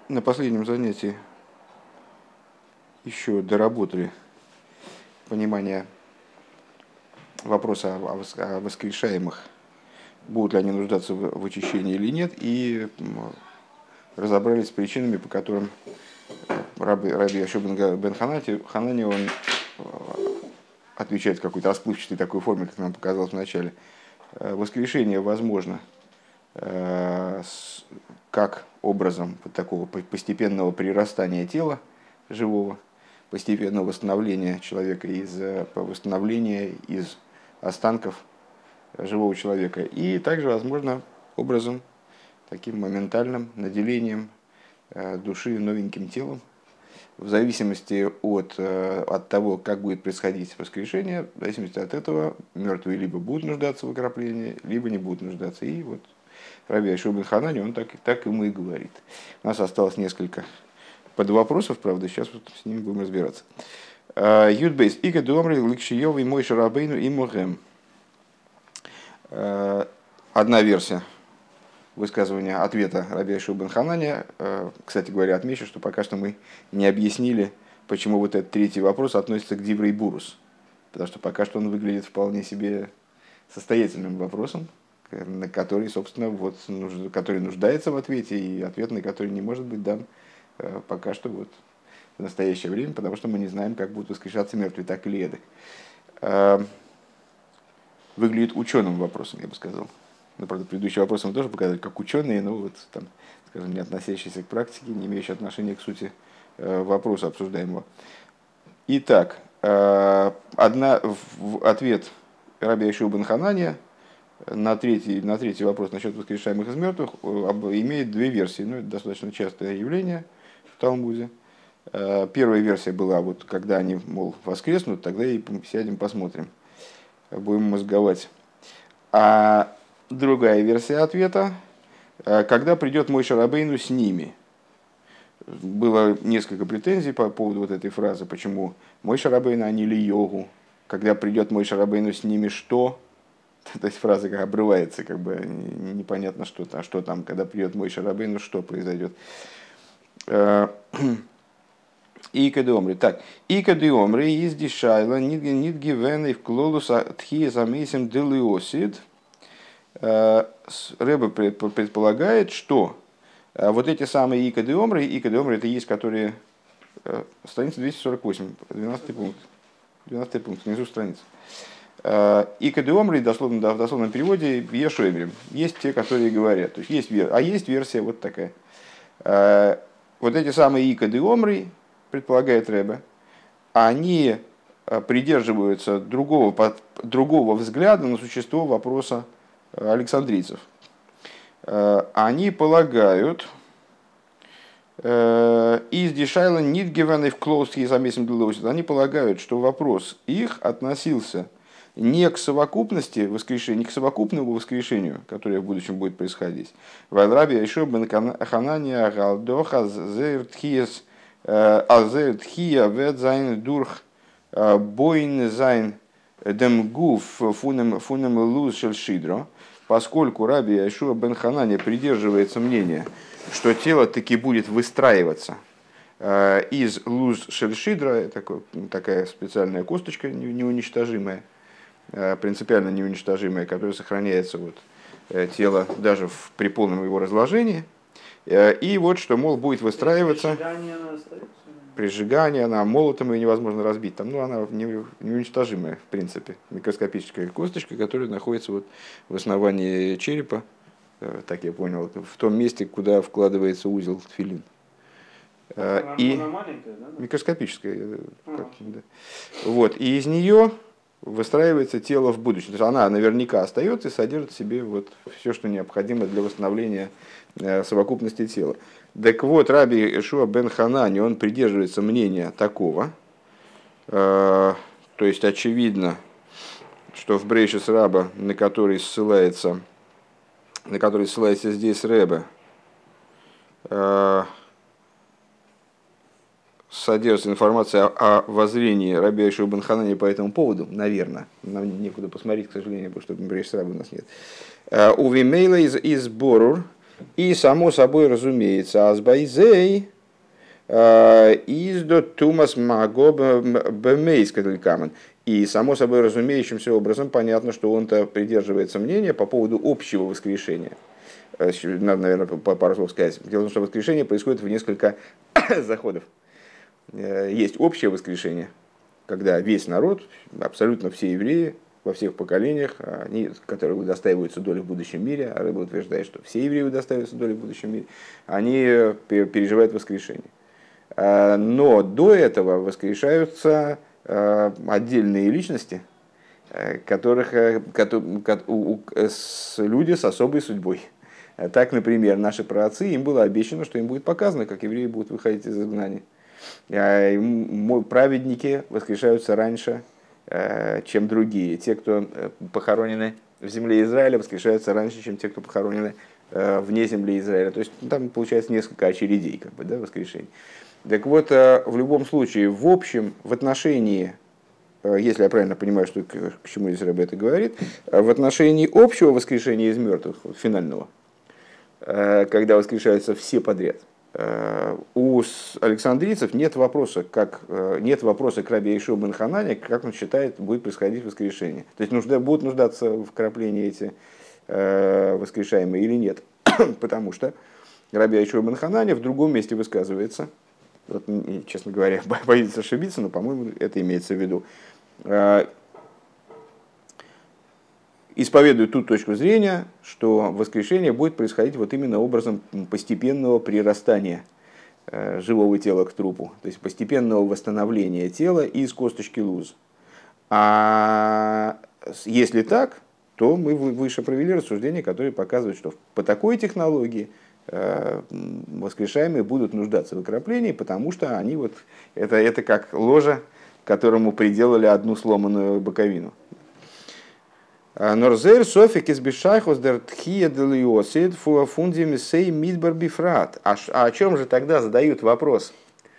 на последнем занятии еще доработали понимание вопроса о воскрешаемых, будут ли они нуждаться в очищении или нет, и разобрались с причинами, по которым Раби Йошуа бен Ханани, он отвечает в какой-то расплывчатой такой форме, как нам показалось вначале. Воскрешение возможно как образом такого постепенного прирастания тела живого, постепенного восстановления человека восстановления из останков живого человека. И также возможно образом, таким моментальным наделением души новеньким телом, в зависимости от того, как будет происходить воскрешение, в зависимости от этого мертвые либо будут нуждаться в окроплении, либо не будут нуждаться. И вот Раби Йошуа бен Ханани, он так ему и говорит. У нас осталось несколько подвопросов, правда, сейчас вот с ними будем разбираться. Юдбейс. Ика домри ликшиёвый мой шарабейну и мохем. Одна версия высказывания ответа Раби Йошуа бен Ханани. Кстати говоря, отмечу, что пока что мы не объяснили, почему вот этот третий вопрос относится к Диврей Бурус. Потому что пока что он выглядит вполне себе состоятельным вопросом, на который, собственно, который нуждается в ответе, и ответ на который не может быть дан пока что вот в настоящее время, потому что мы не знаем, как будут воскрешаться мертвые, так или эдак. Выглядит ученым вопросом, я бы сказал. Ну, правда, предыдущий вопрос мы тоже показали как ученые, но вот там, скажем, не относящиеся к практике, не имеющие отношения к сути вопроса обсуждаемого. Итак, ответ Раби Йошуа бен Ханани на третий вопрос насчет воскрешаемых из мертвых имеет две версии. Ну, это достаточно частое явление в Талмуде. Первая версия была, вот, когда они, мол, воскреснут, тогда и сядем посмотрим, будем мозговать. А другая версия ответа, когда придет Моше Рабейну с ними. Было несколько претензий по поводу вот этой фразы, почему Моше Рабейну, а не Ильягу, когда придет Моше Рабейну с ними, что? То есть фраза как обрывается, как бы непонятно, что там, когда придет Моше Рабейну, что произойдет. Ика де омри. Так, ика де омри из дишайла нит гивены в клолуса тхия замесим делиосид. Рэбе предполагает, что вот эти самые ика де омри это есть, которые... Страница 248, 12 пункт. 12 пункт, внизу страницы. Ика де омри, дословно, в дословном переводе, ешоймрим. Есть те, которые говорят. То есть есть версия вот такая. Вот эти самые ика де омри, предполагает Рэбе, они придерживаются другого взгляда на существо вопроса александрийцев. Они полагают, из дешайла нитгеваны в клоусские замесим делосит, они полагают, что вопрос их относился не к совокупности воскрешения, не к совокупному воскрешению, которое в будущем будет происходить. Вайраби Йошуа бен Ханани галдоха зертхиес азертхия ведзайн дурх бойн зайн демгуф фунем луз шельшидро, поскольку Раби Йошуа бен Ханани придерживается мнения, что тело таки будет выстраиваться из луз шельшидра, такая специальная косточка неуничтожимая, принципиально неуничтожимое, которое сохраняется тело даже при полном его разложении. И вот что, мол, будет выстраиваться при сжигании, она молотом ее невозможно разбить. Там, ну, она неуничтожимая, в принципе, микроскопическая косточка, которая находится в основании черепа, так я понял, в том месте, куда вкладывается узел тфилин. И микроскопическая. Да. Вот, и из нее выстраивается тело в будущем. То есть она наверняка остается и содержит в себе все, что необходимо для восстановления совокупности тела. Так вот, Раби Йошуа бен Ханани, он придерживается мнения такого, то есть очевидно, что в Брейшис Раба, на который ссылается здесь Ребе, содержится информация о воззрении Раби Йошуа бен Ханани по этому поводу, наверное. Нам некуда посмотреть, к сожалению, потому что Брейшис Раба у нас нет. У Вимейла из Борур И само собой разумеется, азбайзей издо тумас маго бемейскамен. И само собой разумеющимся образом понятно, что он-то придерживается мнения по поводу общего воскрешения. Надо, наверное, пару слов сказать. Дело в том, что воскрешение происходит в несколько заходов. Есть общее воскрешение, когда весь народ, абсолютно все евреи, во всех поколениях, они, которые удостаиваются доли в будущем мире, а Рыба утверждает, что все евреи удостаиваются доли в будущем мире, они переживают воскрешение. Но до этого воскрешаются отдельные личности, люди с особой судьбой. Так, например, наши праотцы, им было обещано, что им будет показано, как евреи будут выходить из изгнания. Праведники воскрешаются раньше, чем другие. Те, кто похоронены в земле Израиля, воскрешаются раньше, чем те, кто похоронены вне земли Израиля. То есть там получается несколько очередей воскрешений. Так вот, в любом случае, в общем, в отношении, если я правильно понимаю, что к чему здесь Ребе это говорит, в отношении общего воскрешения из мертвых, финального, когда воскрешаются все подряд, у александрийцев нет вопроса к Раби Йошуа бен Ханане, как он считает, будет происходить воскрешение. То есть будут нуждаться в краплении эти воскрешаемые или нет. Потому что Раби Йошуа бен Ханане в другом месте высказывается, вот, честно говоря, боится ошибиться, но, по-моему, это имеется в виду, исповедует ту точку зрения, что воскрешение будет происходить вот именно образом постепенного прирастания живого тела к трупу, то есть постепенного восстановления тела из косточки луз. А если так, то мы выше провели рассуждение, которое показывает, что по такой технологии воскрешаемые будут нуждаться в окроплении, потому что они это как ложа, которому приделали одну сломанную боковину. Норзер Софик из Бешайхос дер Тхия делиосид фундими сей мидбар бифрат. А о чем же тогда задают вопрос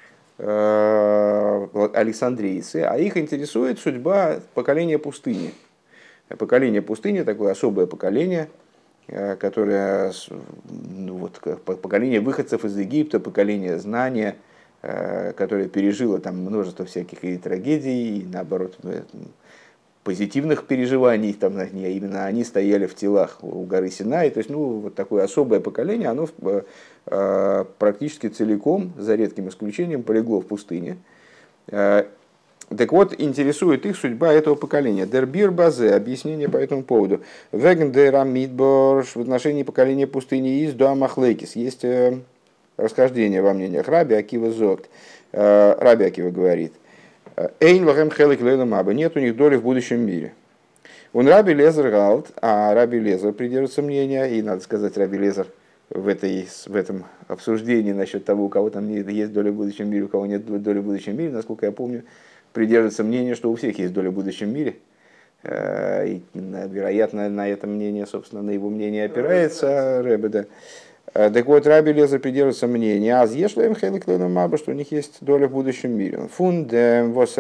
александрийцы? А их интересует судьба поколения пустыни. Поколение пустыни такое особое поколение, которое поколение выходцев из Египта, поколение знания, которое пережило там множество всяких и трагедий, и наоборот позитивных переживаний, там, именно они стояли в телах у горы Синай. То есть, вот такое особое поколение, оно практически целиком, за редким исключением, полегло в пустыне. Так вот, интересует их судьба этого поколения. Дербир базе, объяснение по этому поводу. Веген дера мидборш, в отношении поколения пустыни из дуамахлейкис. Есть расхождение во мнениях. Раби Акива зогт. Раби Акива говорит: Эйн лахем хелек лейлам аба, нет у них доли в будущем мире. Он Раби Лезер галт, а Раби Лезер придерживается мнения, и надо сказать, Раби Лезер в этом обсуждении насчет того, у кого там есть доля в будущем мире, у кого нет доли в будущем мире, насколько я помню, придерживается мнения, что у всех есть доля в будущем мире. И, вероятно, на это мнение, собственно, на его мнение опирается Ребе, да. Так вот, Раби Лезер придерживается мнения, а з'ешлаем хеликлэну маба, что у них есть доля в будущем мире. Он фундем вос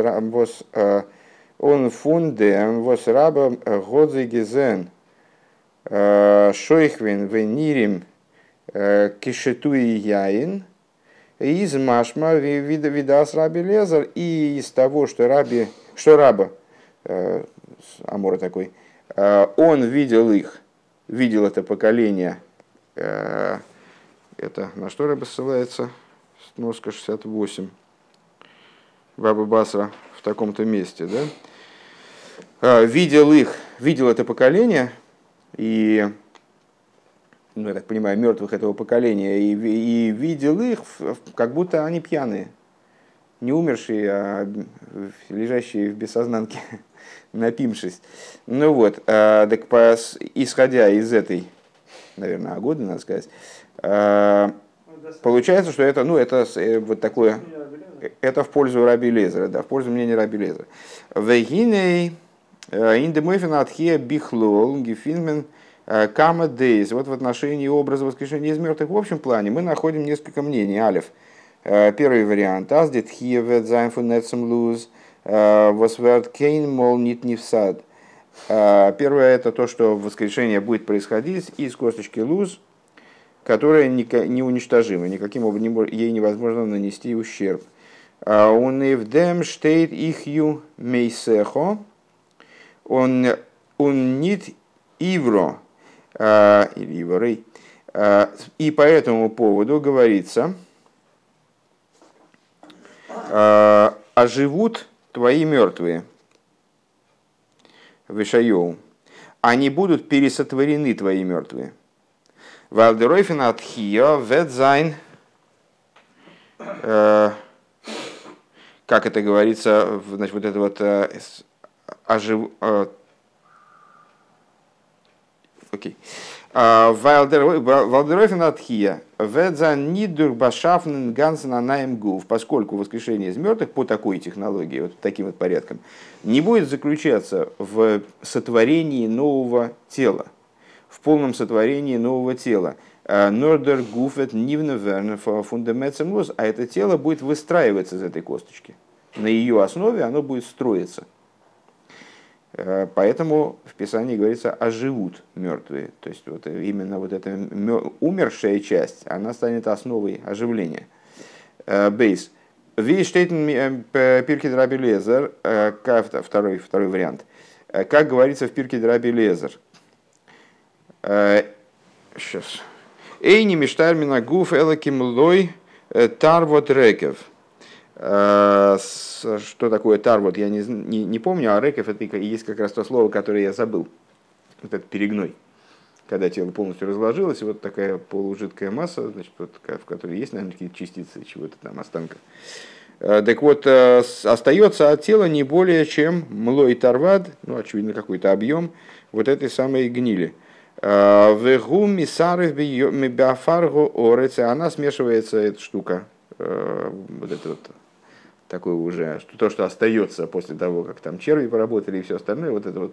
раба годзе гезен шойхвин венирим кишетуи яин из машма видас Раби Лезер, и из того, что раба, Амора такой, он видел это поколение. Это на что Ребе ссылается? Сноска 68. Баба Басра в таком-то месте, да? Видел это поколение, и, я так понимаю, мертвых этого поколения, и видел их, как будто они пьяные, не умершие, а лежащие в бессознанке, напившись. Так исходя из этой, наверное, годы, надо сказать, получается, что это вот такое, это в пользу Раби Лезера, да, в пользу мнения Раби Лезера. Вегиней индемофин атхия бихлол гефинмен кама дейс. Вот в отношении образа воскрешения из мертвых в общем плане мы находим несколько мнений. Алеф. Первый вариант. Аздит хиевет зайнфунетсом луз восверт кейн мол нит нивсад. Первое — это то, что воскрешение будет происходить из косточки луз, которая неуничтожима, никаким образом ей невозможно нанести ущерб. Он и в дем штейт ихью мейсехо, он нит ивро, или иврей, и по этому поводу говорится, оживут твои мертвые, вишайоу, они будут пересотворены, твои мертвые. Валдеройфен от хио ветзайн, как это говорится, значит, вот это вот окей. Валдеройфен от хия ветзайн нидур башафнен гансен анаем гуф, поскольку воскрешение из мертвых по такой технологии, вот таким вот порядком, не будет заключаться в сотворении нового тела, в полном сотворении нового тела. Нордер гуфет нивневерн фундаментом лоз, а это тело будет выстраиваться из этой косточки. На ее основе оно будет строиться. Поэтому в Писании говорится оживут мертвые. То есть вот именно вот эта умершая часть, она станет основой оживления. Бейс. Ви штейтен пиркид раби лезер, второй вариант. Как говорится в пиркид раби лезер. Сейчас. Эйни миштармина гуф элаким лой тарвот рекев. Что такое тарвот, я не помню, а рекев это есть как раз то слово, которое я забыл. Вот этот перегной. Когда тело полностью разложилось, и вот такая полужидкая масса, значит, вот, в которой есть, наверное, какие-то частицы чего-то там, останков. Так вот, остается от тела не более чем млой тарват, ну, очевидно, какой-то объем вот этой самой гнили. Вегу мисаров биофаргу орец, она смешивается, эта штука, вот это вот такое уже, то, что остается после того, как там черви поработали и все остальное, вот это вот,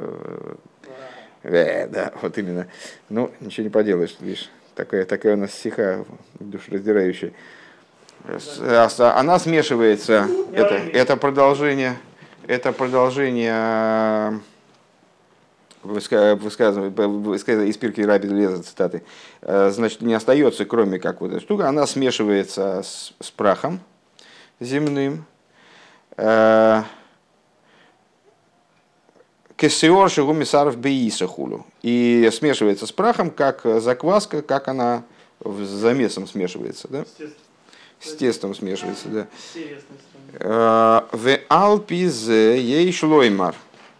да, вот именно. Ну, ничего не поделаешь, видишь, такая у нас стиха душераздирающая. Она смешивается, это продолжение высказывания из Пиркей Раби Леза, цитаты, значит, не остается, кроме как вот эта штука, она смешивается с прахом земным, кесиор шигумисаров беисахулю, и смешивается с прахом, как закваска, как она с замесом смешивается, да? С тестом смешивается, да. В алпизе ей шлоймар.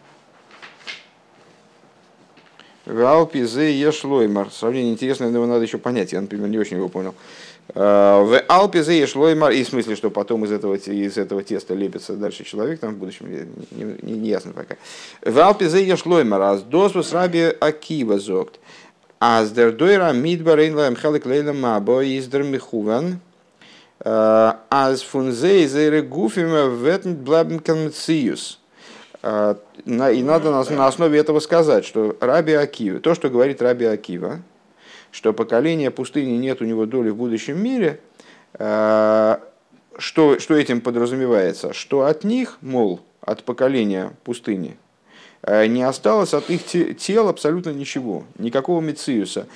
В алпизе ей шлоймар. Сравнение интересное, но его надо еще понять. Я, например, не очень его понял. В алпизе ей шлоймар. И в смысле, что потом из этого теста лепится дальше человек, там в будущем не ясно пока. В алпизе ей шлоймар. Аз досвус раби Акива зогт. Аз дер дойра мидбар эйнлаем хелек лейлам мабо издер михуван. Аз фунзей зейре гуфима ветнт блабн конмциюс. И надо на основе этого сказать, что Раби Акива, то, что говорит Раби Акива, что поколение пустыни нет у него доли в будущем мире, что этим подразумевается? Что от них, мол, от поколения пустыни, не осталось от их тел абсолютно ничего, никакого мециуса.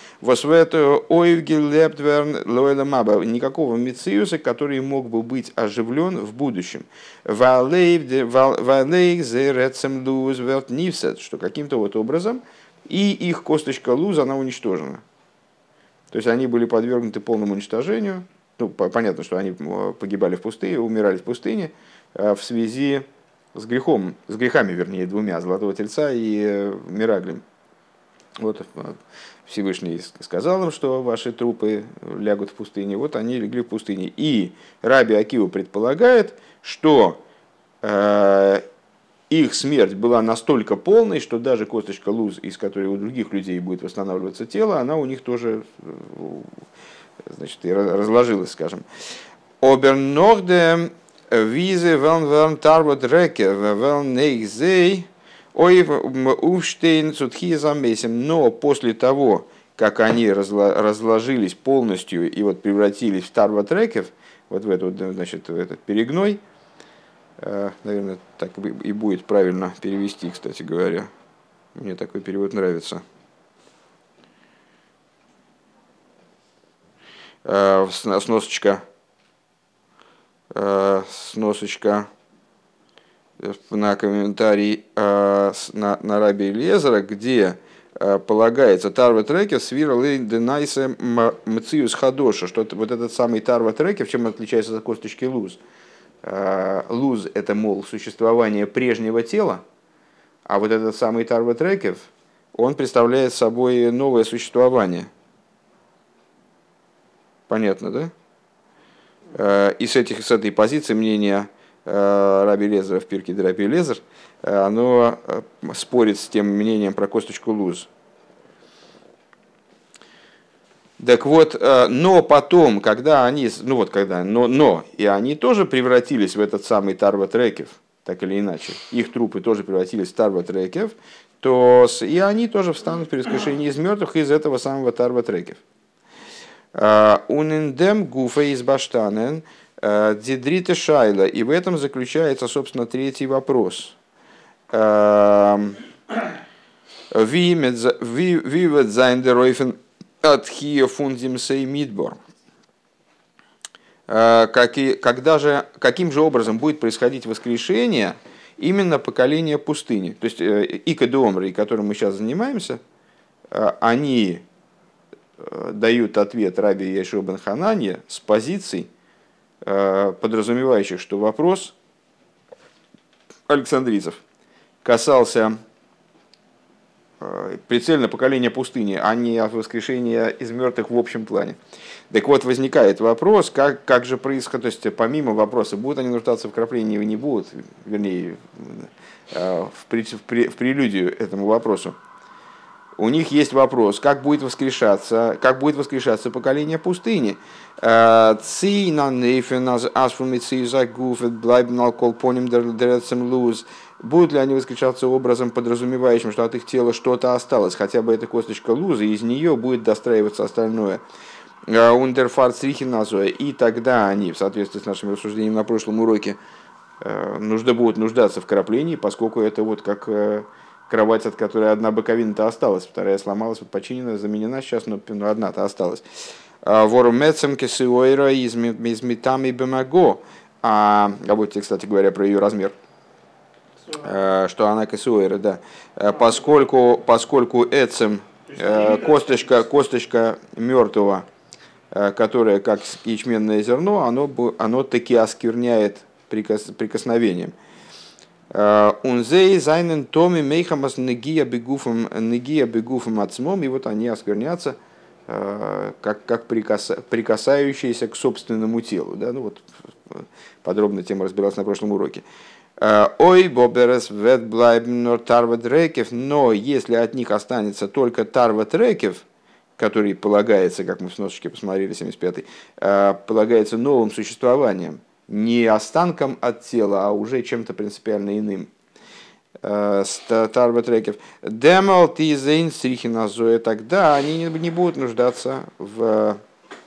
Никакого мециуса, который мог бы быть оживлен в будущем. Что каким-то вот образом и их косточка луз, она уничтожена. То есть они были подвергнуты полному уничтожению. Ну, понятно, что они погибали в пустыне, умирали в пустыне в связи с грехами, вернее, двумя, Золотого Тельца и Мираглем. Вот Всевышний сказал им, что ваши трупы лягут в пустыне, вот они легли в пустыне. И Раби Акива предполагает, что их смерть была настолько полной, что даже косточка луз, из которой у других людей будет восстанавливаться тело, она у них тоже, значит, и разложилась, скажем. Оберногде визе велн тарвот реке велн нейзей ой уштейн цутхи замесим. Но после того, как они разложились полностью и вот превратились в тарвот рекев, вот в эту, значит, в этот перегной, наверное, так и будет правильно перевести, кстати говоря. Мне такой перевод нравится. Сносочка на комментарий на Раби Элиэзера, где полагается Тарва Трекев свира денайсе мциус хадоша, что вот этот самый Тарва Трекев, чем он отличается от косточки луз? Луз — это, мол, существование прежнего тела, а вот этот самый Тарва Трекев, он представляет собой новое существование. Понятно, да? И с этой позиции мнения Раби Элиэзера в Пирке де Раби Элиэзер, оно спорит с тем мнением про косточку луз. Так вот, но потом, когда они, и они тоже превратились в этот самый Тарва Трекев, так или иначе, их трупы тоже превратились в Тарва Трекев, и они тоже встанут при воскрешении из мертвых из этого самого Тарва Трекев. Унендем гуфа из баштанен дидрита шайла. И в этом заключается, собственно, третий вопрос. Вивет зайндеройфен от хия фундим сей мидбор. Каким же образом будет происходить воскрешение именно поколения пустыни? То есть Икадомры, которым мы сейчас занимаемся, они дают ответ Раби Яшуа бен Хананье с позиций, подразумевающих, что вопрос александрийцев касался прицельно поколения пустыни, а не воскрешения из мертвых в общем плане. Так вот, возникает вопрос, как же происходит, то есть помимо вопроса, будут они нуждаться в краплении или не будут, вернее, в прелюдию этому вопросу, у них есть вопрос, как будет воскрешаться поколение пустыни. Будут ли они воскрешаться образом, подразумевающим, что от их тела что-то осталось, хотя бы эта косточка лузы, и из нее будет достраиваться остальное. И тогда они, в соответствии с нашим рассуждением на прошлом уроке, будут нуждаться в краплении, поскольку это вот как кровать, от которой одна боковина-то осталась, вторая сломалась, вот починена, заменена сейчас, но одна-то осталась. Ворумецем кесиойра из метами бемаго. А вот, кстати говоря, про ее размер. Что она кесиойра, да. Поскольку эцем, косточка мертвого, которое как ячменное зерно, оно таки оскверняет прикосновением. Унзей зайнен томи мейхамас негия бегуфом ацмом, и вот они осквернятся, как прикасающиеся к собственному телу. Да? Ну, вот, подробно тема разбиралась на прошлом уроке. Ой, боберес ветблайбнор тарва трекев, но если от них останется только тарва трекев, который полагается, как мы в сносочке посмотрели, 75-й, полагается новым существованием, не останком от тела, а уже чем-то принципиально иным. Тарва трекев. Демал тизейн срихиназоя, тогда они не будут нуждаться в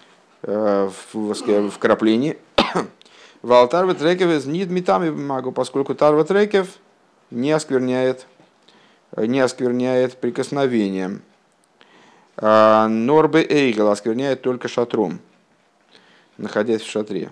краплении. Вал тарва трекев из нидмитами магу, поскольку тарва трекев не оскверняет прикосновением. Норбе эйгл оскверняет только шатром, находясь в шатре.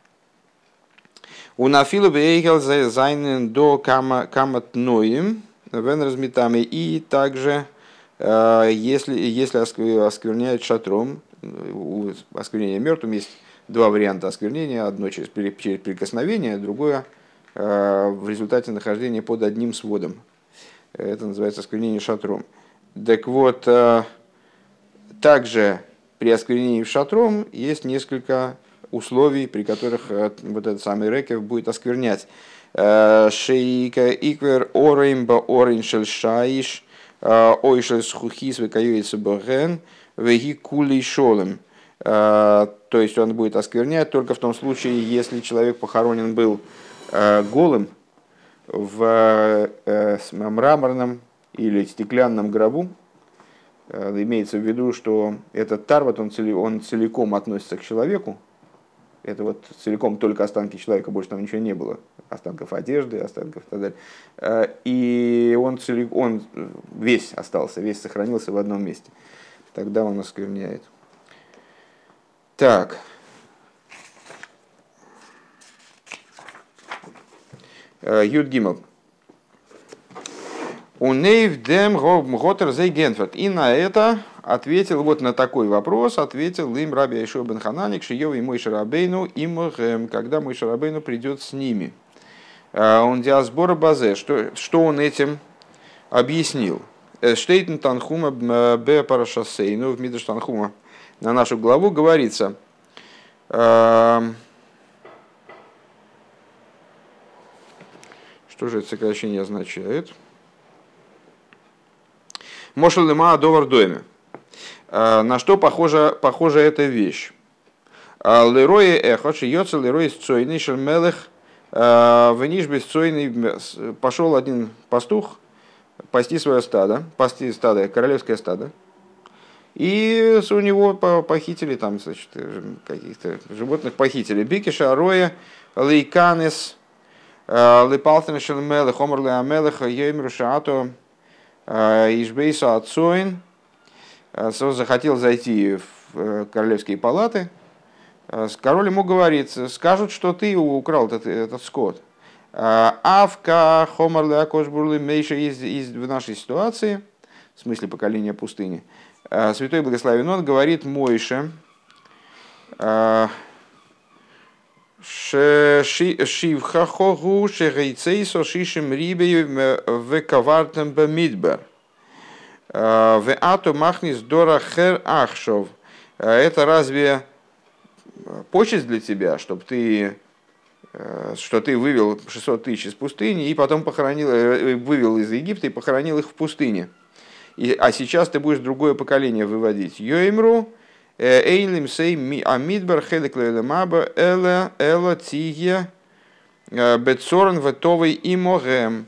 У нафилу бейгел зайнен до каматноим вен разметами. И также, если оскверняет шатром, у осквернения мертвым есть два варианта осквернения. Одно через прикосновение, другое в результате нахождения под одним сводом. Это называется осквернение шатром. Так вот, также при осквернении шатром есть несколько условий, при которых вот этот самый рекев будет осквернять. Шейка иквер ореймба ориншель шаиш ойшель схухис векаюется бген веги кулей шолем. То есть он будет осквернять только в том случае, если человек похоронен был голым в мраморном или стеклянном гробу. Имеется в виду, что этот тарват, он целиком относится к человеку. Это вот целиком только останки человека, больше там ничего не было. Останков одежды, останков и так далее. И он весь остался, весь сохранился в одном месте. Тогда он оскверняет. Так. Юд Гимл. Унейв дем готер зей генферт. И на это ответил, вот на такой вопрос, ответил им Раби Йошуа бен Хананик, Шиёв и Мойше Рабейну, им, когда Мойше Рабейну придет с ними. Он диасбора базе, что он этим объяснил. Штейтен Танхума б Парашасейну, в Мидраш Танхума, на нашу главу говорится, что же это сокращение означает? Мошел лема довар доме. На что похожа эта вещь? Лерой эхот шьется лерой сцойный шельмелех вениш бесцойный. Пошел один пастух пасти свое стадо, пасти стадо, королевское стадо. И у него похитили там, значит, каких-то животных похитили. Бикиша роя лейканес лепалтен шельмелех омр леамелех йемру шаато Ишбейса Ацоин захотел зайти в королевские палаты. Король ему говорит, скажут, что ты украл этот скот. Авка Хомарле Акошбурли Мейша в нашей ситуации, в смысле поколения пустыни, святой благословен он говорит Мойше, Шивхахогу шегейцейсо шишем рибей в кавартем бамидбер. В ату махнис дора хер ахшов. Это разве почесть для тебя, что ты вывел 600 тысяч из пустыни и потом вывел из Египта и похоронил их в пустыне. А сейчас ты будешь другое поколение выводить. Йоимру эйлим сей амидбар хелек лелемаба эла тигья бецорн ветовый имогем.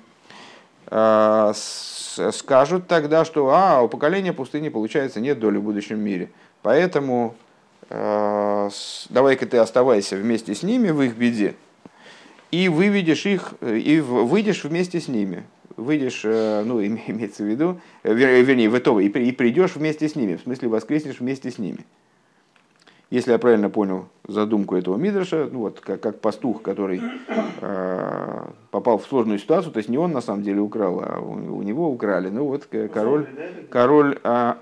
Скажут тогда, что у поколения пустыни, получается, нет доли в будущем мире. Поэтому давай-ка ты оставайся вместе с ними в их беде и выведешь их, и выйдешь вместе с ними. Выйдешь, имеется в виду, вернее, в итоге, и придешь вместе с ними, в смысле воскреснешь вместе с ними. Если я правильно понял задумку этого мидраша, как пастух, который попал в сложную ситуацию, то есть не он на самом деле украл, а у него украли. Король.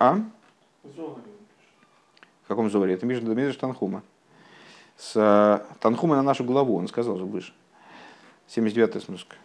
В каком зоре? Это мидраш Танхума. С Танхума на нашу главу, он сказал же выше. 79-я сноска.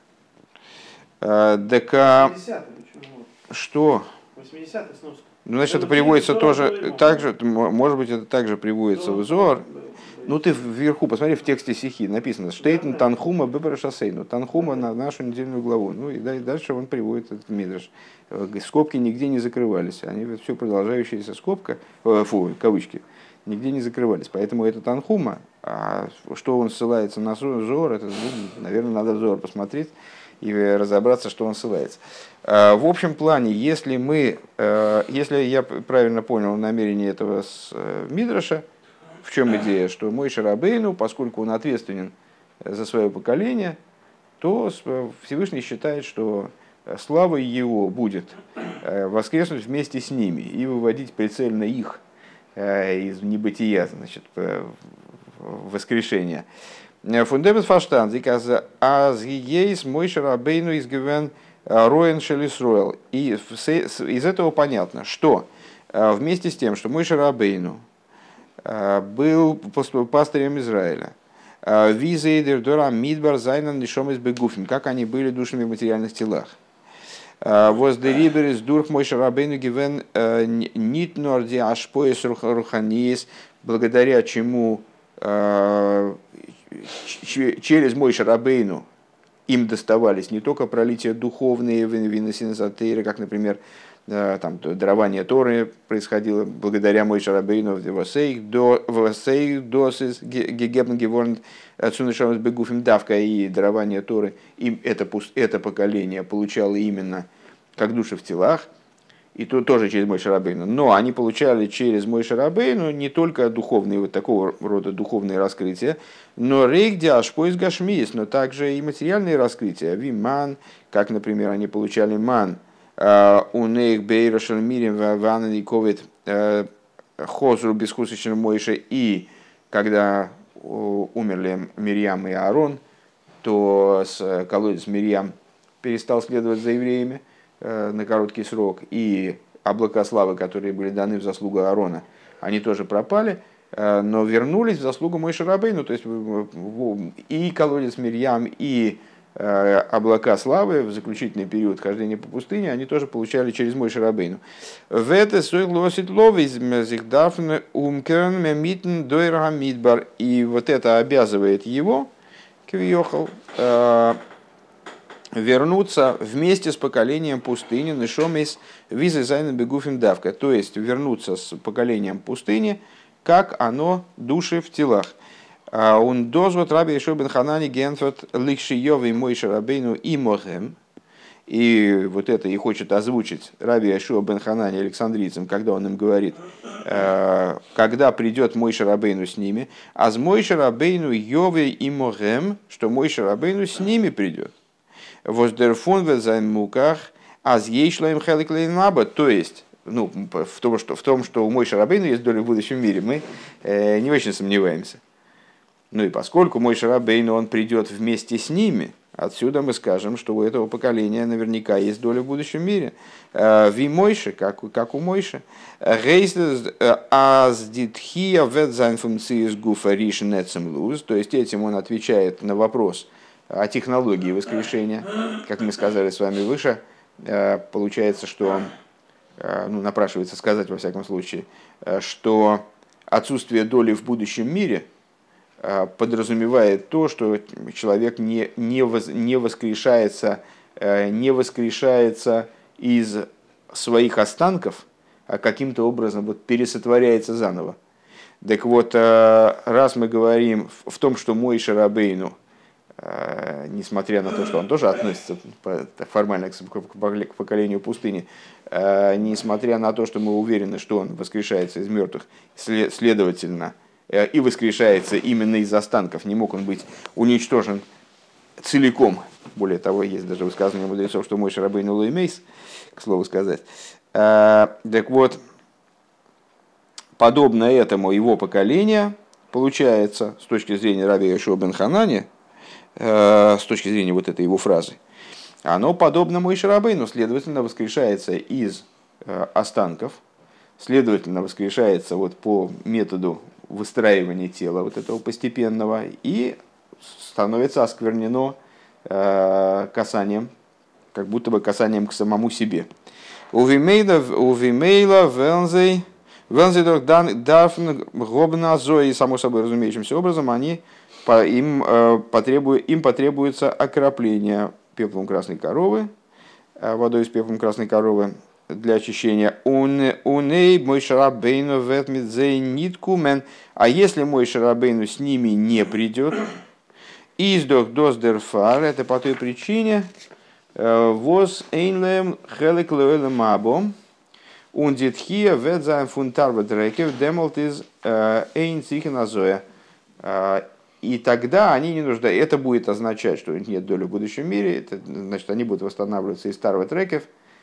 Что? 80-я сноска. Значит, это приводится тоже, также, может быть, это также приводится в Зоар. Ты вверху, посмотри, в тексте стихи написано «Штейтен Танхума бебера шосейну». Танхума на нашу недельную главу. И дальше он приводит этот мидраш. Скобки нигде не закрывались. Они все продолжающаяся скобка, кавычки, нигде не закрывались. Поэтому это Танхума. А что он ссылается на Зоар, это, наверное, надо в Зоар посмотреть и разобраться, что он ссылается. В общем плане, если я правильно понял намерение этого мидраша, в чем идея, что Мойше Рабейну, поскольку он ответственен за свое поколение, то Всевышний считает, что слава его будет воскреснуть вместе с ними и выводить прицельно их из небытия, значит, воскрешения. Фундамент фаштанзик аз гиейс Мойше Рабейну изгивен роен шелисроэл. И из этого понятно, что вместе с тем, что Мойше Рабейну был пастырем Израиля, визейдер дора мидбар зайнан нишом из бегуфим, как они были душами в материальных телах. Воздерибер из дурх Мойше Рабейну гивен нит норди ашпоес руханиес, благодаря чему через Мойше Рабейну им доставались не только пролития духовные виносинезатеры, как, например, там, дарование Торы происходило благодаря Мойше Рабейну в Восейх досис гегебн геворн цунешамс бегуфим давка, и дарование Торы им это поколение получало именно как души в телах, и то тоже через Мойше Рабейну. Но они получали через Мойше Рабейну не только духовные, вот такого рода духовные раскрытия, но рейгди ашпоис гашмиис, но также и материальные раскрытия. Виман, как, например, они получали ман, у них бейрошел мирим ванани ковид Хозру бесхусочным Мойше, и когда умерли Мирьям и Аарон, то колодец Мирьям перестал следовать за евреями на короткий срок, и облака славы, которые были даны в заслугу Аарона, они тоже пропали, но вернулись в заслугу Мойше Рабейну, то есть и колодец Мирьям, и облака славы в заключительный период хождения по пустыне, они тоже получали через Мойше Рабейну. В это согласит ловить зигдафн умкерн мемитн дойра мидбар, и вот это обязывает его, квиохал, вернуться вместе с поколением пустыни, нешомис визы зайна бегуфим давка, то есть вернуться с поколением пустыни, как оно души в телах. Он дозвот раби Йешуа бен Ханани генфот ликшиёвый Мойше Рабейну и мохем. И вот это и хочет озвучить раби Йешуа бен Ханани александрийцам, когда он им говорит, когда придет Мойше Рабейну с ними, а с Мойше Рабейну Йовей и мохем, что Мойше Рабейну с ними придет. Воздерфун в займуках, а с ейшлаем хеликлейнаба, то есть, ну, в том, что у Мойше Рабейну есть доля в будущем мире, мы не очень сомневаемся. Ну и поскольку Мойше Рабейну, он придет вместе с ними, отсюда мы скажем, что у этого поколения наверняка есть доля в будущем мире. Ви Мойше, как у Мойше. То есть этим он отвечает на вопрос о технологии воскрешения. Как мы сказали с вами выше, получается, что, ну, напрашивается сказать во всяком случае, что отсутствие доли в будущем мире подразумевает то, что человек не воскрешается из своих останков, а каким-то образом вот пересотворяется заново. Так вот, раз мы говорим в том, что Мойше Рабейну, несмотря на то, что он тоже относится формально к поколению пустыни, несмотря на то, что мы уверены, что он воскрешается из мертвых, следовательно, и воскрешается именно из останков, не мог он быть уничтожен целиком. Более того, есть даже высказывание мудрецов, что Мойше Рабейну лоимейс, к слову сказать. Так вот, подобно этому его поколение, получается, с точки зрения раби Йешуа бен Ханани, с точки зрения вот этой его фразы, оно подобно Мойше Рабейну, следовательно, воскрешается из останков, следовательно, воскрешается вот по методу выстраивания тела вот этого постепенного и становится осквернено касанием, как будто бы касанием к самому себе. Увимейла вензей дарфн гобна зои, само собой разумеющимся образом, им потребуется окропление пеплом красной коровы, водой из пеплом красной коровы для очищения. Уней Мойше Рабейну ветмидзей ниткумен. А если Мойше Рабейну с ними не придет, издох доздерфар, это по той причине, воз эйнлем хелек лоэлем абом, ундитхия ветзайм фунтарва дрекев демолт из эйн цихиназоя. И тогда они не нуждаются. Это будет означать, что нет доли в будущем мире, это значит, они будут восстанавливаться из старого треков,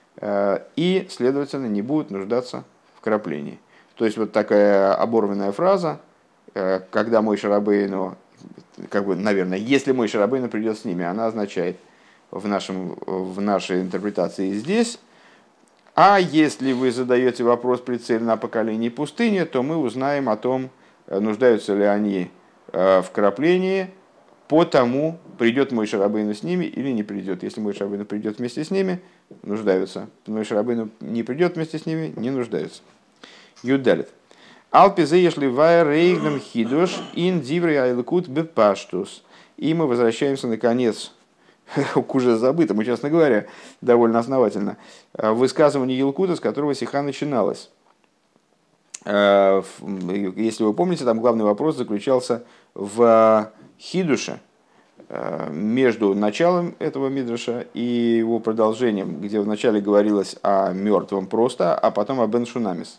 и, следовательно, не будут нуждаться в краплении. То есть вот такая оборванная фраза, когда Мойше Рабейну, как бы, наверное, если Мойше Рабейну придет с ними, она означает в нашей интерпретации здесь. А если вы задаете вопрос прицельно о поколении пустыни, то мы узнаем о том, нуждаются ли они в краплении, по тому, придет Мойше Рабейну с ними или не придет. Если Мойше Рабейну придет вместе с ними, нуждаются. Мойше Рабейну не придет вместе с ними, не нуждаются. Юдалит. Алпизе ешли вайр рейгном хидуш ин диврей айлкут бепаштус. И мы возвращаемся, наконец, к уже забытому, честно говоря, довольно основательно, высказывание Елкута, с которого сиха начиналась. Если вы помните, там главный вопрос заключался в хидуше между началом этого мидраша и его продолжением, где вначале говорилось о мертвом просто, а потом о бен шунамис.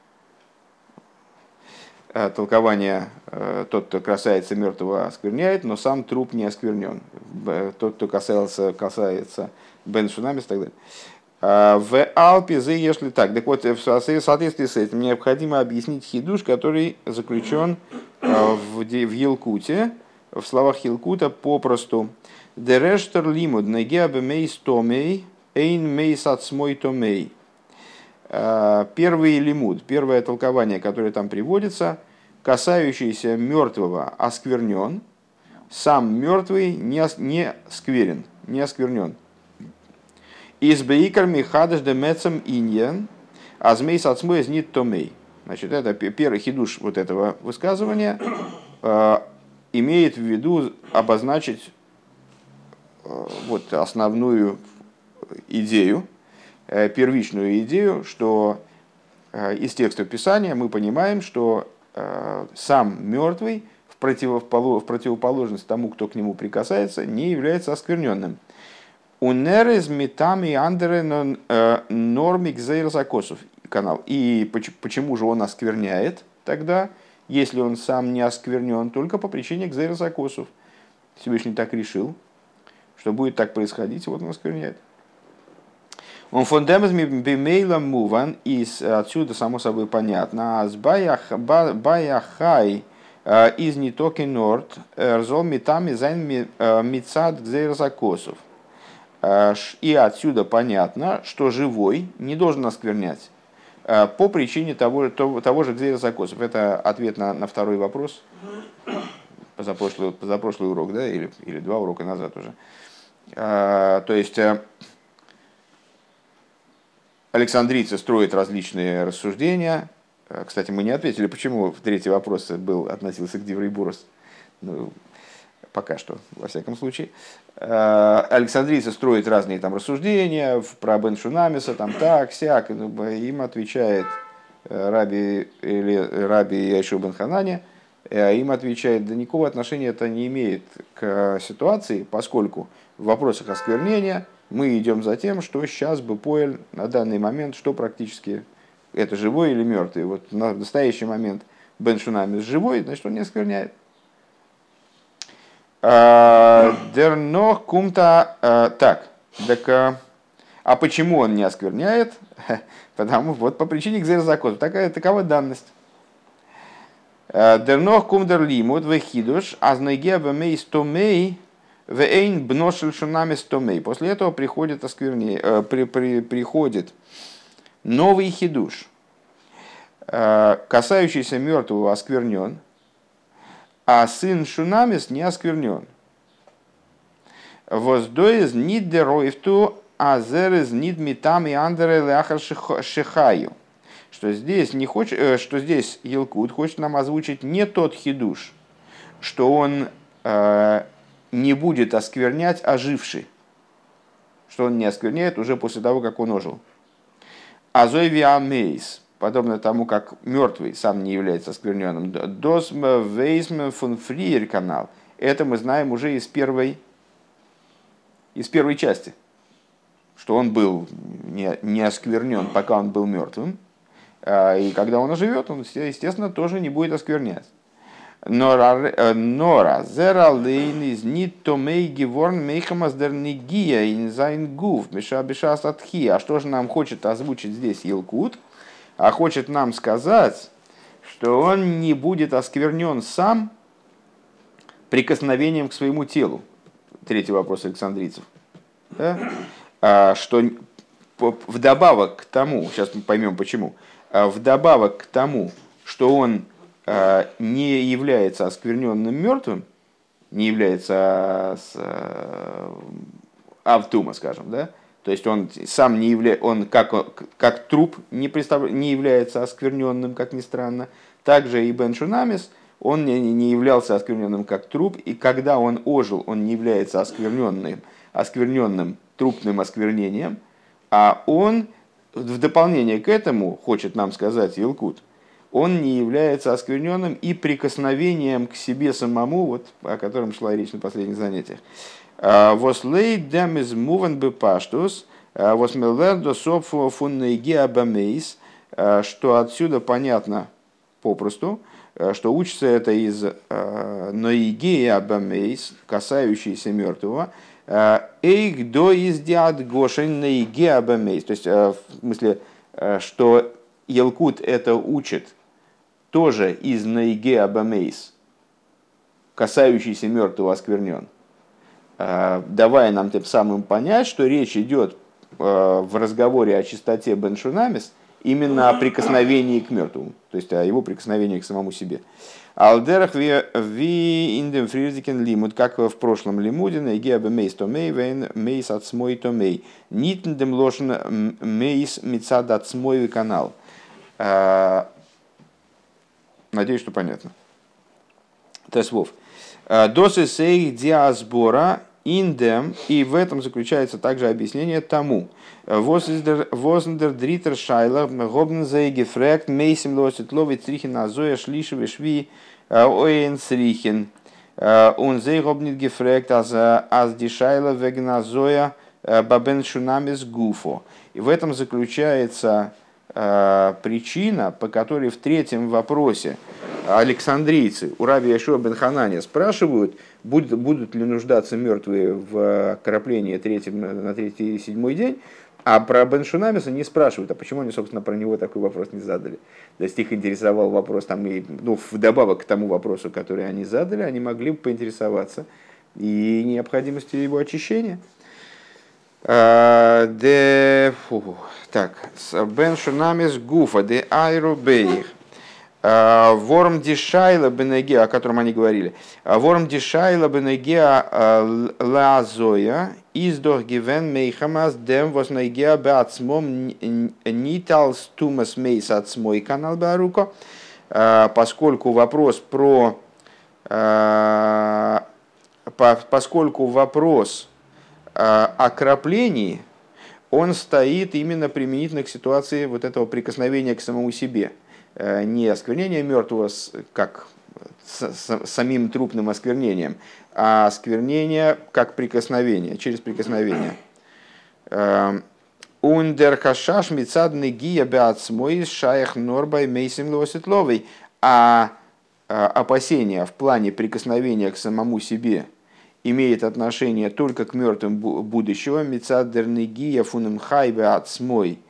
Толкование: тот, кто касается мертвого, оскверняет, но сам труп не осквернен. Тот, кто касается бен шунамис и так далее. В Алпе если так. Так вот, в соответствии с этим необходимо объяснить хидуш, который заключен в Елкуте, в словах Елкута попросту. Дерештер лимуд негеабе мейс томей, эйн мейс ацмой томей. Первый лимуд, первое толкование, которое там приводится, касающееся мертвого осквернен, сам мертвый не скверен, не осквернен. Из бейкар михадыш де мецам иньян, а змей сацмой знит томей. Значит, это первый хидуш вот этого высказывания имеет в виду обозначить вот основную идею, первичную идею, что из текстов Писания мы понимаем, что сам мертвый в противоположность тому, кто к нему прикасается, не является оскверненным. Унерез метами андере нормик зейрзакосов канал. И почему же он оскверняет тогда, если он сам не осквернен, только по причине гзейрзакосов? Всевышний так решил, что будет так происходить, вот он оскверняет. Он фондемез бимейла муван, и отсюда само собой понятно. Аз баяхай из нитоки норд рзол метами зайн мицад гзейрзакосов. И отсюда понятно, что живой не должен осквернять по причине того же гзейрзакосов. Это ответ на второй вопрос, позапрошлый урок, да, или 2 урока назад уже. То есть александрийцы строят различные рассуждения. Кстати, мы не ответили, почему третий вопрос относился к Диврей Бурос. Ну, пока что, во всяком случае. Александрийцы строят разные там рассуждения про Бен Шунамиса, там так, сяк. Им отвечает Раби Яшуа бен Ханане, им отвечает, да никакого отношения это не имеет к ситуации, поскольку в вопросах осквернения мы идем за тем, что сейчас Бепоэль на данный момент, что практически это живой или мертвый. Вот на настоящий момент Бен Шунамис живой, значит он не оскверняет. Дерно кумта так. А почему он не оскверняет? Потому вот по причине гзейрзакосов. Такова данность. Дерно кумдер лимуд вехидуш азнеге бемей стомей вейн бношель шунами стомей. После этого приходит приходит новый хидуш, касающийся мертвого осквернен, а сын Шунамис не осквернен. Воздоез нид дероевту азерез нид митами андере ляхар шихаю. Что здесь Елкут хочет нам озвучить не тот хидуш, что он не будет осквернять оживший, что он не оскверняет уже после того, как он ожил. Азой виамейс, подобно тому, как мертвый сам не является оскверненным. Досм вейсм фон фриер канал. Это мы знаем уже из первой части, что он был не осквернен, пока он был мертвым. И когда он оживет, он, естественно, тоже не будет осквернять. Нора зералейн из нит томей геворн мейхамас дернигия инзайн гуф бешас атхи. А что же нам хочет озвучить здесь Елкут? А хочет нам сказать, что он не будет осквернен сам прикосновением к своему телу. Третий вопрос александрийцев. Да? Что вдобавок к тому, сейчас мы поймем почему, вдобавок к тому, что он не является оскверненным мертвым, не является автума, скажем, да, то есть он сам не является, он как труп не является оскверненным, как ни странно, также и Бен Шунамис, он не являлся оскверненным как труп, и когда он ожил, он не является оскверненным трупным осквернением, а он в дополнение к этому, хочет нам сказать Елкут, он не является оскверненным и прикосновением к себе самому, вот, о котором шла речь на последних занятиях. «Вослей дем из мувен бепаштус, восмелердо сопфу фуннейги абамейс», что отсюда понятно попросту, что учится это из ноиги абамейс, касающийся мертвого, Эйк до издиад гошин нейге абамейс. То есть, в смысле, что Елкут это учит тоже из нейге абамейс, касающийся мертвого осквернен, давая нам тем самым понять, что речь идет в разговоре о чистоте бен шунамис именно о прикосновении к мертвому, то есть о его прикосновении к самому себе. Алдерах ви индем фризикен лимуд, как в прошлом лимуде, на геабе мейс томей, вейн мейс отсмой томей, нитндем лошен мейс мицад отсмой канал. Надеюсь, что понятно. Тесвов. Досы сей диасбора индем, и в этом заключается также объяснение тому. Возндер дритер шайлах гобн зей гефрект мейсим лосит ловит срихин азоя шлишеве шви оен срихин. Он зей гобнит гефрект аз дишайла веген азоя бабен шунамис гуфо. И в этом заключается причина, по которой в третьем вопросе александрийцы у раби Йошуа бен Ханания спрашивают, будут ли нуждаться мертвые в окроплении на третий и седьмой день, а про бен Шунамиса не спрашивают, а почему они, собственно, про него такой вопрос не задали. То есть их интересовал вопрос, там, и, вдобавок к тому вопросу, который они задали, они могли бы поинтересоваться и необходимостью его очищения. Так, бен Шунамис гуфа де айрубейх. Ворм дишайла бенегеа, о котором они говорили. Ворм дишайла бенегеа лазоя издох гивен мейхамас дем вознегеа беацмом ниталс тумас мейс отсмой канал баруко. Поскольку вопрос о краплении, он стоит именно применительно к ситуации вот этого прикосновения к самому себе. Не осквернение мертвого как самим трупным осквернением, а осквернение как прикосновение, через прикосновение. Ундер хашаш мицадный гия беацмой шаях норбай мейсим лоситловой. А опасения в плане прикосновения к самому себе имеет отношение только к мертвым будущего, мицадерный гия фунем хай беацмой,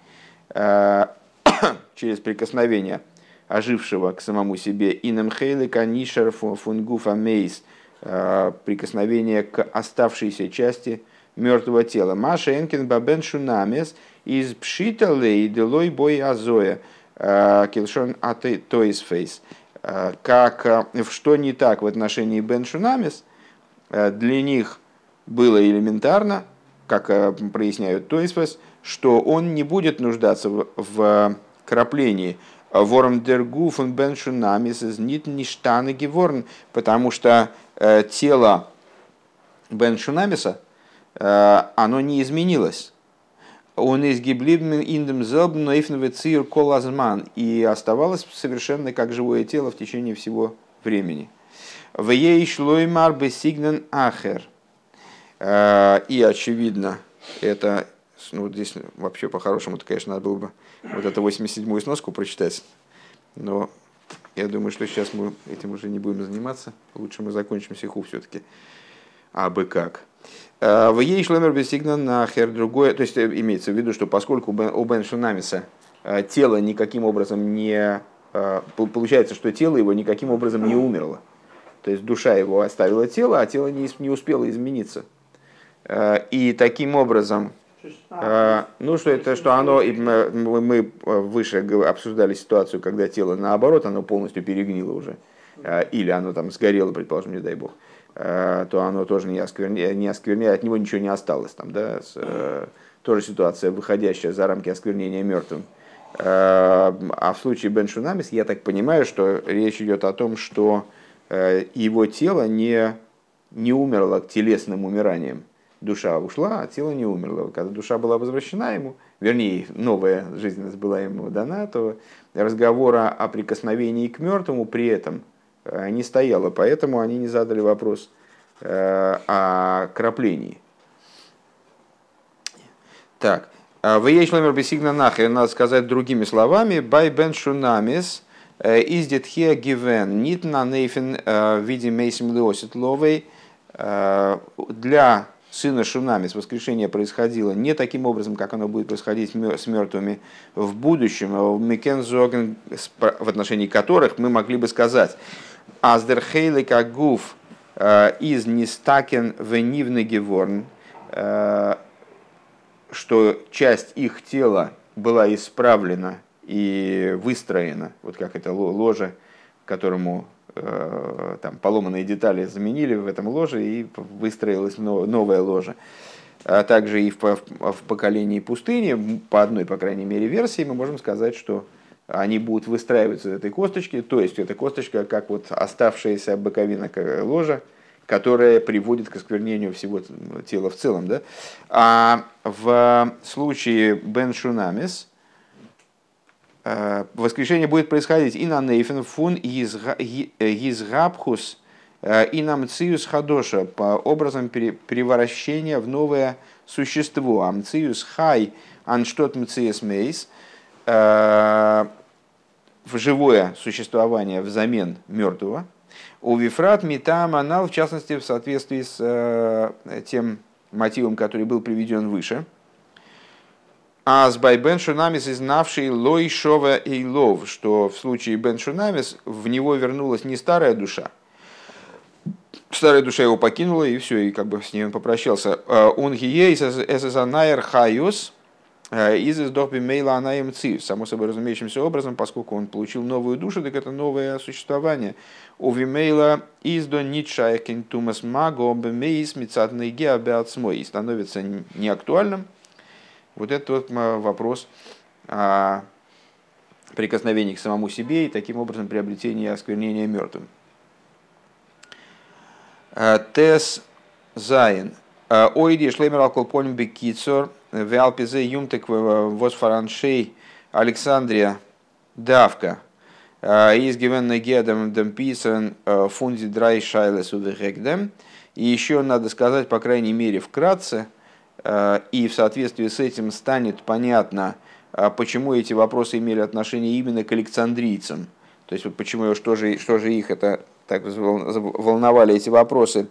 через прикосновение ожившего к самому себе, инамхейлы канишер фунгуфа мейс, прикосновение к оставшейся части мертвого тела. Маша энкин бабен шунамес из пшита лей делой бой азоя килшон аты тойсфейс. Как что не так в отношении бен шунамес, для них было элементарно, как проясняют тойсфейс, что он не будет нуждаться в краплении. Ворм дергу фун бен шунамис из нит ништаны геворн, потому что тело бен шунамиса, оно не изменилось. Он из гиблибн индем зелбн нойфновый цир колазман, и оставалось совершенно как живое тело в течение всего времени. В ей шлоймар бесигнен ахер. И очевидно, это, здесь вообще по-хорошему-то, конечно, надо было бы вот эту 87-ю сноску прочитать, но я думаю, что сейчас мы этим уже не будем заниматься. Лучше мы закончим сиху все-таки. Абы как. В ей шломер бесигнан нахер другое, то есть имеется в виду, что поскольку у бен шунамиса тело никаким образом не... Получается, что тело его никаким образом не умерло. То есть душа его оставила тело, а тело не успело измениться. И таким образом... что оно, мы выше обсуждали ситуацию, когда тело наоборот, оно полностью перегнило уже, или оно там сгорело, предположим, не дай бог, то оно тоже не оскверняет, от него ничего не осталось. Там, да, тоже ситуация, выходящая за рамки осквернения мертвым. А в случае бен шунамис, я так понимаю, что речь идет о том, что его тело не умерло телесным умиранием. Душа ушла, а тело не умерло. Когда душа была возвращена ему, вернее, новая жизненность была ему дана, то разговора о прикосновении к мертвому при этом не стояло. Поэтому они не задали вопрос о краплении. Так. В Ейшломер бесигна нахер, надо сказать другими словами, бай бен шунамис издет хия гивен нит на нейфен виде мейсим леосит ловей для сына Шунамис, воскрешение происходило не таким образом, как оно будет происходить с мертвыми в будущем, в отношении которых мы могли бы сказать «Аздерхейле кагуф из нистакен венивны геворн», что часть их тела была исправлена и выстроена, вот как это ложе, которому там поломанные детали заменили в этом ложе, и выстроилось новое ложе. А также и в поколении пустыни, по одной, по крайней мере, версии, мы можем сказать, что они будут выстраиваться из этой косточки, то есть эта косточка как вот оставшаяся боковина ложа, которая приводит к осквернению всего тела в целом. Да? А в случае Бен Шунамис воскрешение будет происходить и на нейфен фун изгабхус и на мциюс хадоша по образом превращения в новое существо. Амциюс хай анштот мциюс мейс, в живое существование взамен мертвого. У Вифрат Митам Анал, в частности, в соответствии с тем мотивом, который был приведен выше. А с Бен Шунамис, изнавший лой шова и лов, что в случае Бен Шунамис в него вернулась не старая душа его покинула, и все, и как бы с ней он попрощался. Он гие эсэсанайр хайус из издохби мейла анаем ци, само собой разумеющимся образом, поскольку он получил новую душу, так это новое существование. У вимейла издо нитшайкин тумас маго бемейс мицатный геабеатсмой, становится неактуальным. Вот это вот вопрос о прикосновении к самому себе и таким образом приобретении осквернения мертвым. Тес Зайн. Ойди шлемер алколпольм бекицор вялпизе юмтек восфараншей Александрия Давка. Изгивенный гедом демписен фунди драй шайлес увегдем. И еще надо сказать, по крайней мере, вкратце, и в соответствии с этим станет понятно, почему эти вопросы имели отношение именно к александрийцам. То есть, вот почему, что же их это так волновали, эти вопросы,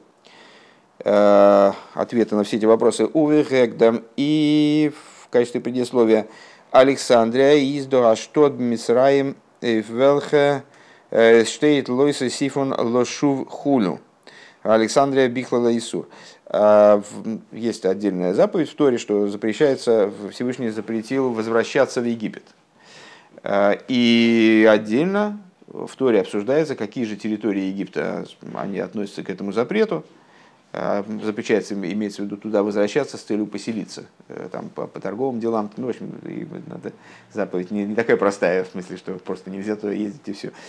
ответы на все эти вопросы. Увегдам и в качестве предисловия Александрия из Доаштот Мисраим Велхе штейт Лойса Сифон Лошув Хулю. Александрия Бихлала Исур. Есть отдельная заповедь в Торе, что запрещается, Всевышний запретил возвращаться в Египет. И отдельно в Торе обсуждается, какие же территории Египта они относятся к этому запрету. Запрещается, имеется в виду, туда возвращаться с целью поселиться. Там, по торговым делам, ну, в общем, надо, заповедь не такая простая, в смысле, что просто нельзя туда ездить и все.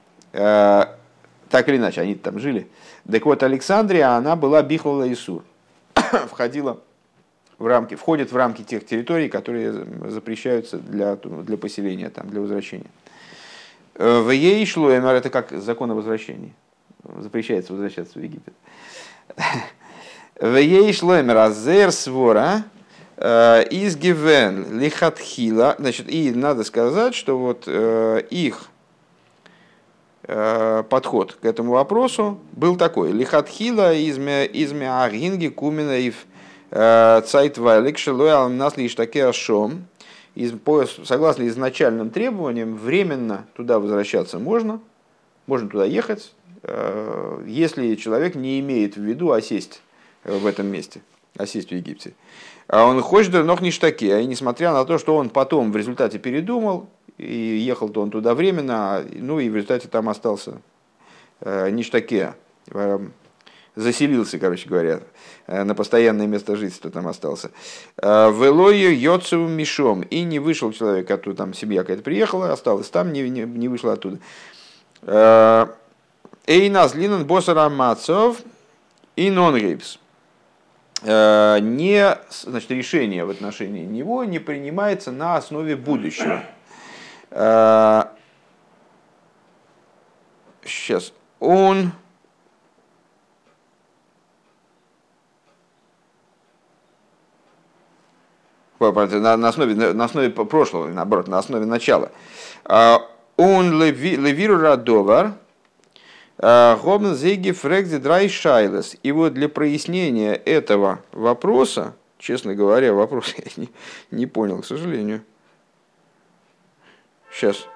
Так или иначе, они там жили. Так вот, Александрия, она была Бихлала Исур. Входит в рамки тех территорий, которые запрещаются для поселения, там, для возвращения. В ей шло, это как закон о возвращении. Запрещается возвращаться в Египет. В ей шло азер свора из гивен лихатхила. Значит, и надо сказать, что вот их подход к этому вопросу был такой. Лихатхила изме агинги куменаев цайтвайлик шелуя нас лишь таки ашом. Согласно изначальным требованиям, временно туда возвращаться можно туда ехать, если человек не имеет в виду осесть в этом месте, осесть в Египте. А он хочет ног ништаки, и несмотря на то, что он потом в результате передумал, и ехал-то он туда временно, ну и в результате там остался ништаке, заселился, короче говоря, на постоянное место жительства там остался. Велою йоцевым мишом, и не вышел человек, оттуда там семья какая-то приехала, осталась там, не вышла оттуда. Эйназ линан босара мацов и нон-рейпс. Значит, решение в отношении него не принимается на основе будущего. Сейчас. Он... На основе прошлого, наоборот, на основе начала. Он левиру радовар, Гобн зеги фрэгзи драй шайлес. И вот для прояснения этого вопроса, честно говоря, вопрос я не понял, к сожалению. Сейчас.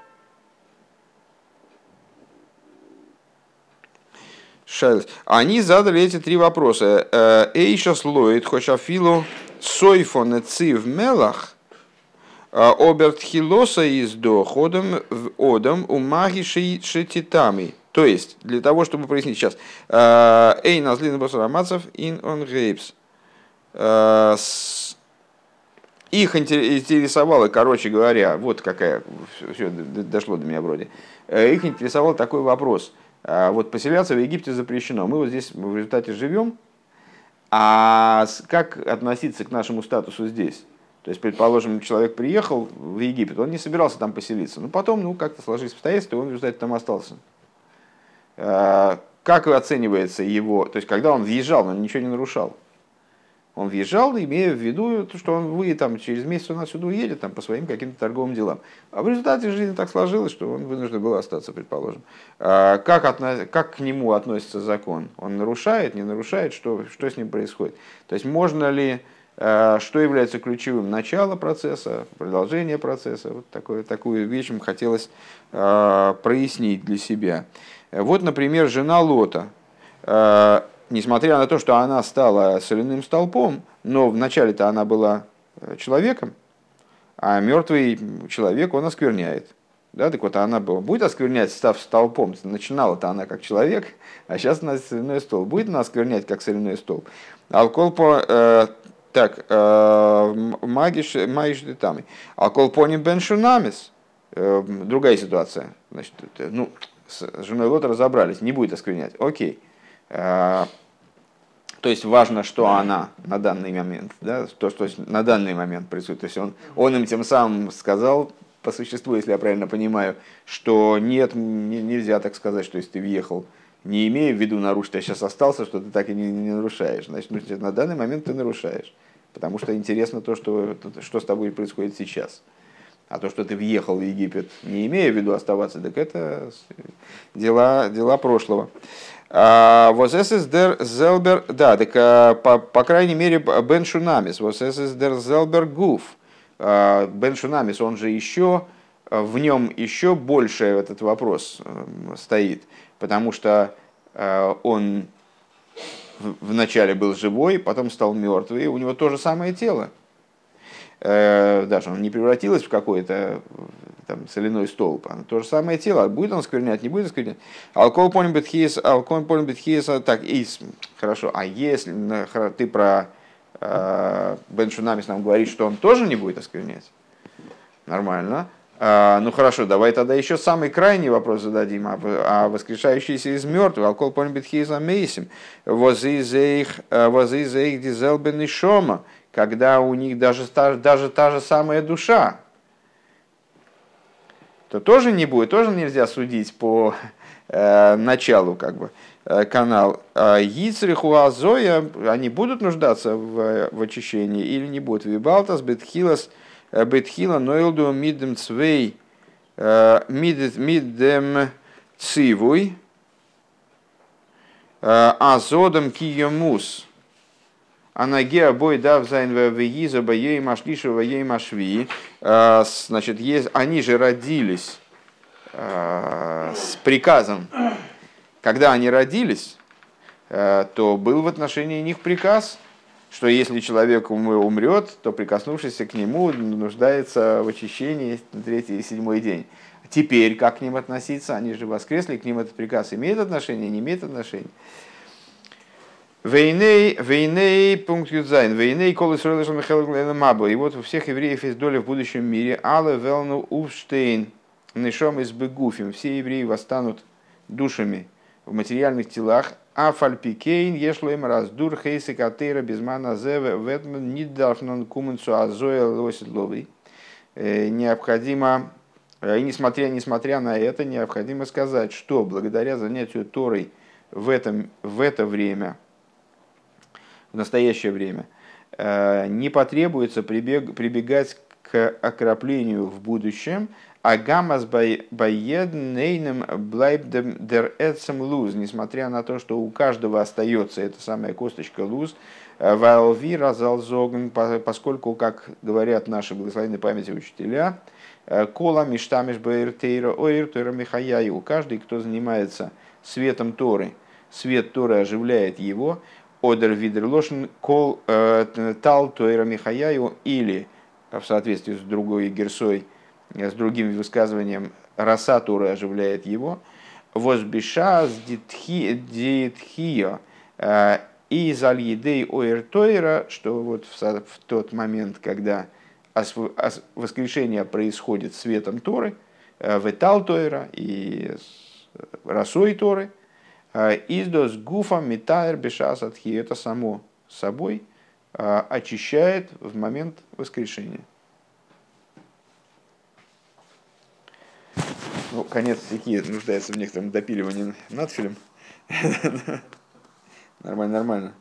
Шайлес. Они задали эти три вопроса. Эйша слоит хошафилу сойфон цив мелах оберт хилоса из доходом в одам у маги шетитами. То есть, для того, чтобы прояснить сейчас. Эй, назлин басарамацев ин он гейпс. Их интересовало, короче говоря, вот какая, все дошло до меня вроде, их интересовал такой вопрос. Вот поселяться в Египте запрещено. Мы вот здесь в результате живем, а как относиться к нашему статусу здесь? То есть, предположим, человек приехал в Египет, он не собирался там поселиться, но потом, как-то сложились обстоятельства, и он в результате там остался. Как оценивается его, то есть, когда он въезжал, он ничего не нарушал. Он въезжал, имея в виду, что вы там, через месяц он отсюда уедет там, по своим каким-то торговым делам. А в результате жизни так сложилось, что он вынужден был остаться, предположим. Как к нему относится закон? Он нарушает, не нарушает, что с ним происходит? То есть можно ли, что является ключевым, начало процесса, продолжение процесса? Вот такую вещь им хотелось прояснить для себя. Вот, например, жена Лота. Несмотря на то, что она стала соляным столпом, но вначале-то она была человеком, а мертвый человек, он оскверняет. Да, так вот, она будет осквернять, став столпом. Начинала-то она как человек, а сейчас она соляной столб. Будет она осквернять как соляной столб. Алколпо, магиш детами. Алколпоним беншунамис. Другая ситуация. Значит, с женой Лота разобрались, не будет осквернять. Окей. То есть важно, что она на данный момент, да, то, что на данный момент происходит. То есть он им тем самым сказал, по существу, если я правильно понимаю, что нет, нельзя так сказать, что если ты въехал, не имея в виду нарушить, а сейчас остался, что ты так и не нарушаешь. Значит, на данный момент ты нарушаешь. Потому что интересно то, что с тобой происходит сейчас. А то, что ты въехал в Египет, не имея в виду оставаться, так это дела прошлого. Вот ССДР Зелбер, да, так по крайней мере Бен Шунамис, вот ССДР Зелбер Гуф, Бен Шунамис, он же еще, в нем еще больше этот вопрос стоит, потому что он вначале был живой, потом стал мертвый, у него то же самое тело. Даже он не превратилось в какой-то там соляной столб, а то же самое тело. Будет он осквернять, не будет осквернять. Алкоголь поним бетхиес, так, хорошо. А если ты про Бен Шунамис нам говоришь, что он тоже не будет осквернять, нормально. Ну хорошо, давай тогда еще самый крайний вопрос зададим. А воскрешающийся из мертвых, алкоголь поним бетхиес амейсим, возизейх дизелбен и шома, когда у них даже та же самая душа, то тоже не будет, тоже нельзя судить по началу канал. Йицриху азоя, они будут нуждаться в очищении или не будут? Вибалтас бетхила нойлду мидем цвей мидем цивуй азодом киемус. Анаге обой дав зайн вегиза боей машлиша боей машви. Значит, они же родились с приказом. Когда они родились, то был в отношении них приказ, что если человек умрет, то прикоснувшийся к нему нуждается в очищении на 3-й и 7-й день. Теперь как к ним относиться? Они же воскресли, к ним этот приказ имеет отношение, не имеет отношения. Вейней пункт юдзайн. Вейней колы сролышем михаил мабо. И вот у всех евреев есть доля в будущем мире. Але велну увштейн нишом из бегуфим. Все евреи восстанут душами в материальных телах. А фальпикейн ешлоем раздур хейсы катейра безмана зеве ветмен ниддарфнон куменцу азоя лосидловый. Необходимо, и несмотря на это, необходимо сказать, что благодаря занятию Торой в это время, в настоящее время, не потребуется прибегать к окроплению в будущем, Агамас байед нейнем блайбдем дер эцем луз, несмотря на то, что у каждого остается эта самая косточка луз, валви разалзогн, поскольку, как говорят наши благословенные памяти учителя, кола миштамиш баиртейра оиртейра михаяю, каждый, кто занимается светом Торы, свет Торы оживляет его, одер видер лошен кол тал тойра михаяю, или в соответствии с другой герсой, с другим высказыванием, роса Торы оживляет его, возбиша с дитхио и зальедей оэр что вот в тот момент, когда воскрешение происходит светом Торы, ветал Тойра и росой Торы, издос гуфа митаер бешас атхи, это само собой очищает в момент воскрешения. Ну, конец стихи нуждается в некотором допиливании надфилем. Нормально, нормально.